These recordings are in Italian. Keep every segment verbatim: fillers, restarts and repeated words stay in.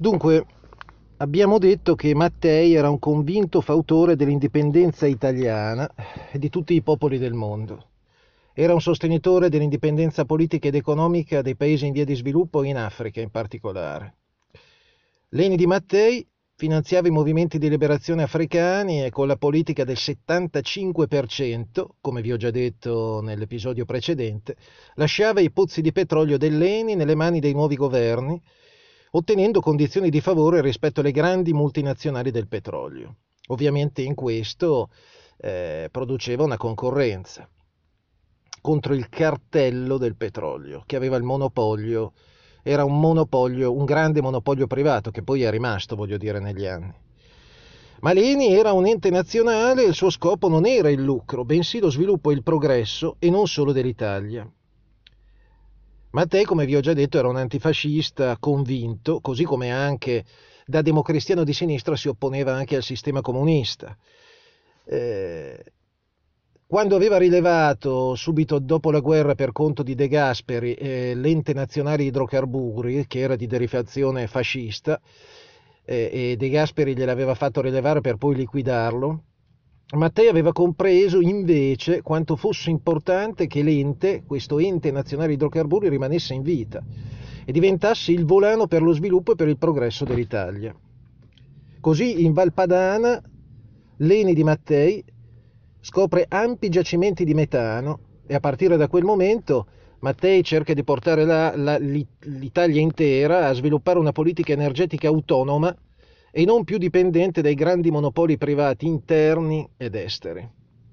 Dunque, abbiamo detto che Mattei era un convinto fautore dell'indipendenza italiana e di tutti i popoli del mondo. Era un sostenitore dell'indipendenza politica ed economica dei paesi in via di sviluppo e in Africa in particolare. Leni di Mattei finanziava i movimenti di liberazione africani e con la politica del settantacinque per cento, come vi ho già detto nell'episodio precedente, lasciava i pozzi di petrolio dell'Eni nelle mani dei nuovi governi, ottenendo condizioni di favore rispetto alle grandi multinazionali del petrolio. Ovviamente in questo eh, produceva una concorrenza contro il cartello del petrolio, che aveva il monopolio, era un monopolio, un grande monopolio privato, che poi è rimasto, voglio dire, negli anni. Ma l'Eni era un ente nazionale e il suo scopo non era il lucro, bensì lo sviluppo e il progresso, e non solo dell'Italia. Mattei, come vi ho già detto, era un antifascista convinto, così come anche da democristiano di sinistra si opponeva anche al sistema comunista. Eh, Quando aveva rilevato, subito dopo la guerra per conto di De Gasperi, eh, l'Ente Nazionale Idrocarburi, che era di derivazione fascista, eh, e De Gasperi gliel'aveva fatto rilevare per poi liquidarlo, Mattei aveva compreso invece quanto fosse importante che l'ente, questo Ente Nazionale Idrocarburi, rimanesse in vita e diventasse il volano per lo sviluppo e per il progresso dell'Italia. Così in Val Padana l'Eni di Mattei scopre ampi giacimenti di metano e a partire da quel momento Mattei cerca di portare la, la, l'Italia intera a sviluppare una politica energetica autonoma e non più dipendente dai grandi monopoli privati interni ed esteri.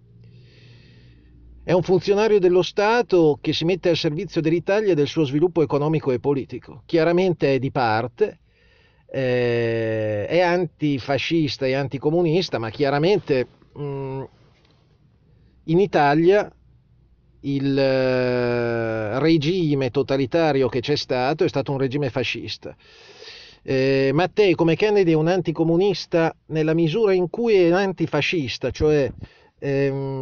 È un funzionario dello Stato che si mette al servizio dell'Italia e del suo sviluppo economico e politico. Chiaramente è di parte, eh, è antifascista e anticomunista, ma chiaramente mh, in Italia il eh, regime totalitario che c'è stato è stato un regime fascista. Eh, Mattei, come Kennedy, è un anticomunista nella misura in cui è antifascista, cioè ehm,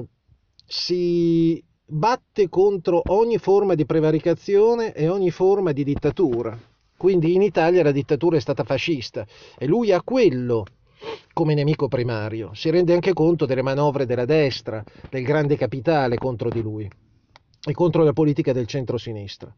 si batte contro ogni forma di prevaricazione e ogni forma di dittatura. Quindi in Italia la dittatura è stata fascista e lui ha quello come nemico primario. Si rende anche conto delle manovre della destra, del grande capitale contro di lui e contro la politica del centro-sinistra.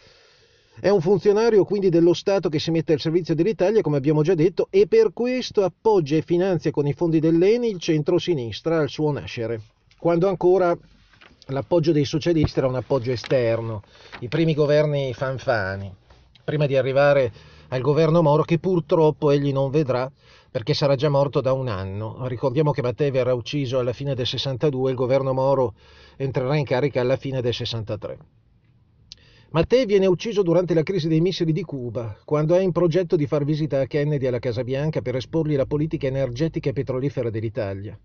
È un funzionario quindi dello Stato che si mette al servizio dell'Italia, come abbiamo già detto, e per questo appoggia e finanzia con i fondi dell'Eni il centro-sinistra al suo nascere, quando ancora l'appoggio dei socialisti era un appoggio esterno, i primi governi Fanfani, prima di arrivare al governo Moro, che purtroppo egli non vedrà perché sarà già morto da un anno. Ricordiamo che Mattei verrà ucciso alla fine del sessantadue, il governo Moro entrerà in carica alla fine del sessantatré. Mattei viene ucciso durante la crisi dei missili di Cuba, quando è in progetto di far visita a Kennedy alla Casa Bianca per esporgli la politica energetica e petrolifera dell'Italia.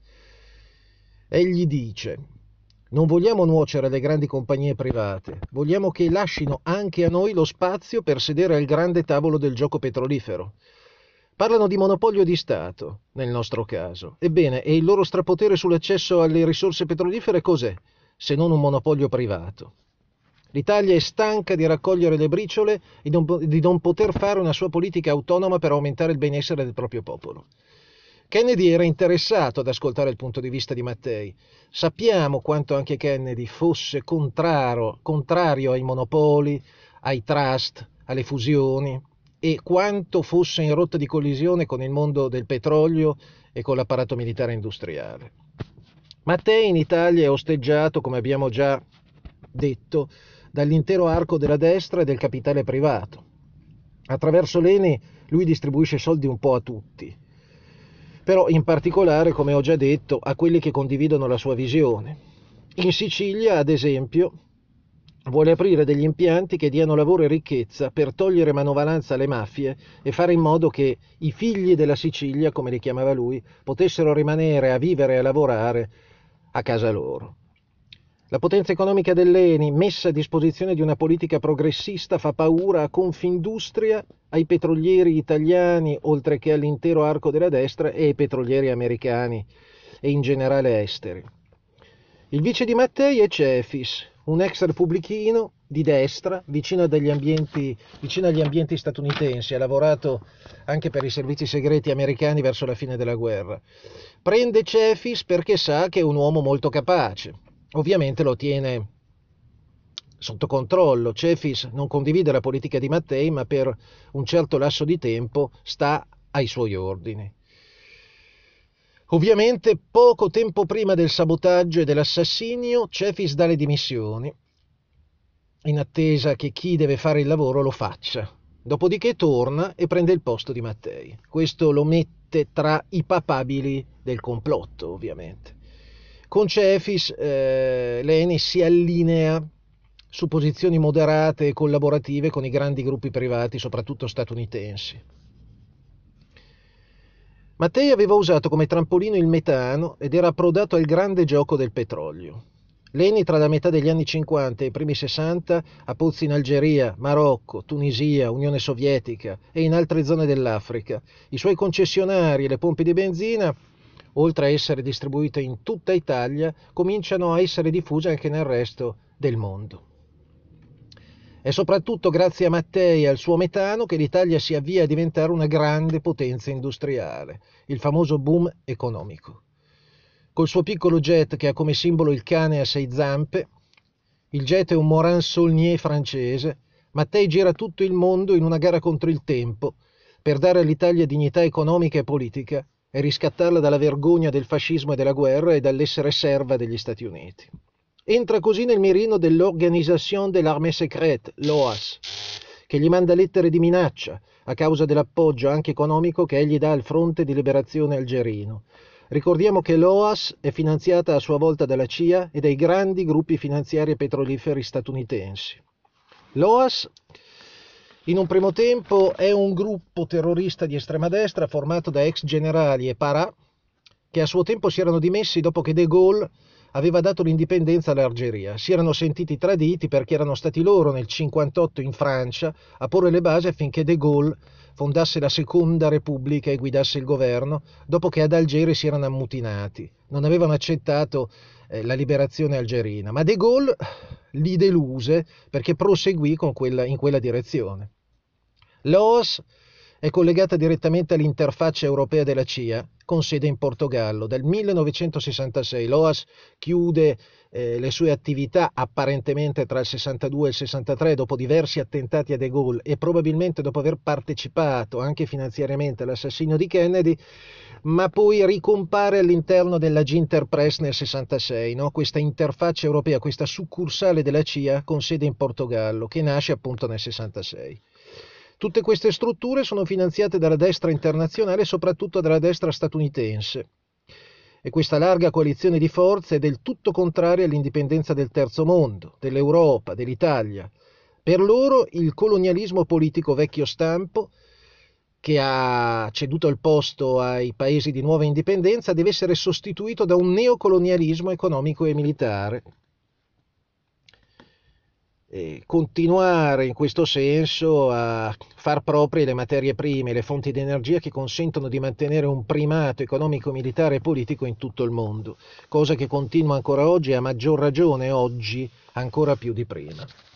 Egli dice: non vogliamo nuocere alle grandi compagnie private, vogliamo che lascino anche a noi lo spazio per sedere al grande tavolo del gioco petrolifero. Parlano di monopolio di Stato, nel nostro caso. Ebbene, e il loro strapotere sull'accesso alle risorse petrolifere cos'è, se non un monopolio privato? L'Italia è stanca di raccogliere le briciole e di non poter fare una sua politica autonoma per aumentare il benessere del proprio popolo. Kennedy era interessato ad ascoltare il punto di vista di Mattei. Sappiamo quanto anche Kennedy fosse contrario, contrario ai monopoli, ai trust, alle fusioni e quanto fosse in rotta di collisione con il mondo del petrolio e con l'apparato militare industriale. Mattei in Italia è osteggiato, come abbiamo già detto, dall'intero arco della destra e del capitale privato. Attraverso l'Eni lui distribuisce soldi un po' a tutti, però in particolare, come ho già detto, a quelli che condividono la sua visione. In Sicilia, ad esempio, vuole aprire degli impianti che diano lavoro e ricchezza per togliere manovalanza alle mafie e fare in modo che i figli della Sicilia, come li chiamava lui, potessero rimanere a vivere e a lavorare a casa loro. La potenza economica dell'Eni, messa a disposizione di una politica progressista, fa paura a Confindustria, ai petrolieri italiani, oltre che all'intero arco della destra, e ai petrolieri americani e in generale esteri. Il vice di Mattei è Cefis, un ex repubblichino di destra, vicino, dagli ambienti, vicino agli ambienti statunitensi, ha lavorato anche per i servizi segreti americani verso la fine della guerra. Prende Cefis perché sa che è un uomo molto capace, ovviamente lo tiene sotto controllo. Cefis non condivide la politica di Mattei, ma per un certo lasso di tempo sta ai suoi ordini. Ovviamente, poco tempo prima del sabotaggio e dell'assassinio, Cefis dà le dimissioni, in attesa che chi deve fare il lavoro lo faccia. Dopodiché torna e prende il posto di Mattei. Questo lo mette tra i papabili del complotto, ovviamente. Con Cefis, eh, Leni si allinea su posizioni moderate e collaborative con i grandi gruppi privati, soprattutto statunitensi. Mattei aveva usato come trampolino il metano ed era approdato al grande gioco del petrolio. Leni tra la metà degli anni cinquanta e i primi sessanta ha pozzi in Algeria, Marocco, Tunisia, Unione Sovietica e in altre zone dell'Africa. I suoi concessionari e le pompe di benzina, oltre a essere distribuite in tutta Italia, cominciano a essere diffuse anche nel resto del mondo. È soprattutto grazie a Mattei e al suo metano che l'Italia si avvia a diventare una grande potenza industriale, il famoso boom economico. Col suo piccolo jet che ha come simbolo il cane a sei zampe, il jet è un Morane Saulnier francese, Mattei gira tutto il mondo in una gara contro il tempo per dare all'Italia dignità economica e politica e riscattarla dalla vergogna del fascismo e della guerra e dall'essere serva degli Stati Uniti. Entra così nel mirino dell'Organisation de l'Armée Secrète, l'O A S, che gli manda lettere di minaccia a causa dell'appoggio anche economico che egli dà al fronte di liberazione algerino. Ricordiamo che l'O A S è finanziata a sua volta dalla C I A e dai grandi gruppi finanziari e petroliferi statunitensi. L'O A S, in un primo tempo, è un gruppo terrorista di estrema destra formato da ex generali e parà che a suo tempo si erano dimessi dopo che De Gaulle aveva dato l'indipendenza all'Algeria. Si erano sentiti traditi perché erano stati loro nel cinquantotto in Francia a porre le basi affinché De Gaulle fondasse la Seconda Repubblica e guidasse il governo, dopo che ad Algeri si erano ammutinati. Non avevano accettato eh, la liberazione algerina, ma De Gaulle li deluse perché proseguì con quella, in quella direzione. L'O A S è collegata direttamente all'interfaccia europea della C I A, con sede in Portogallo. Dal millenovecentosessantasei l'O A S chiude eh, le sue attività apparentemente tra il sessantadue e il sessantatré dopo diversi attentati a De Gaulle e probabilmente dopo aver partecipato anche finanziariamente all'assassinio di Kennedy, ma poi ricompare all'interno della Ginterpress nel sessantasei, no? Questa interfaccia europea, questa succursale della C I A con sede in Portogallo, che nasce appunto nel sessantasei. Tutte queste strutture sono finanziate dalla destra internazionale e soprattutto dalla destra statunitense. E questa larga coalizione di forze è del tutto contraria all'indipendenza del terzo mondo, dell'Europa, dell'Italia. Per loro il colonialismo politico vecchio stampo, che ha ceduto il posto ai paesi di nuova indipendenza, deve essere sostituito da un neocolonialismo economico e militare. E continuare in questo senso a far proprie le materie prime e le fonti di energia che consentono di mantenere un primato economico, militare e politico in tutto il mondo, cosa che continua ancora oggi e a maggior ragione oggi ancora più di prima.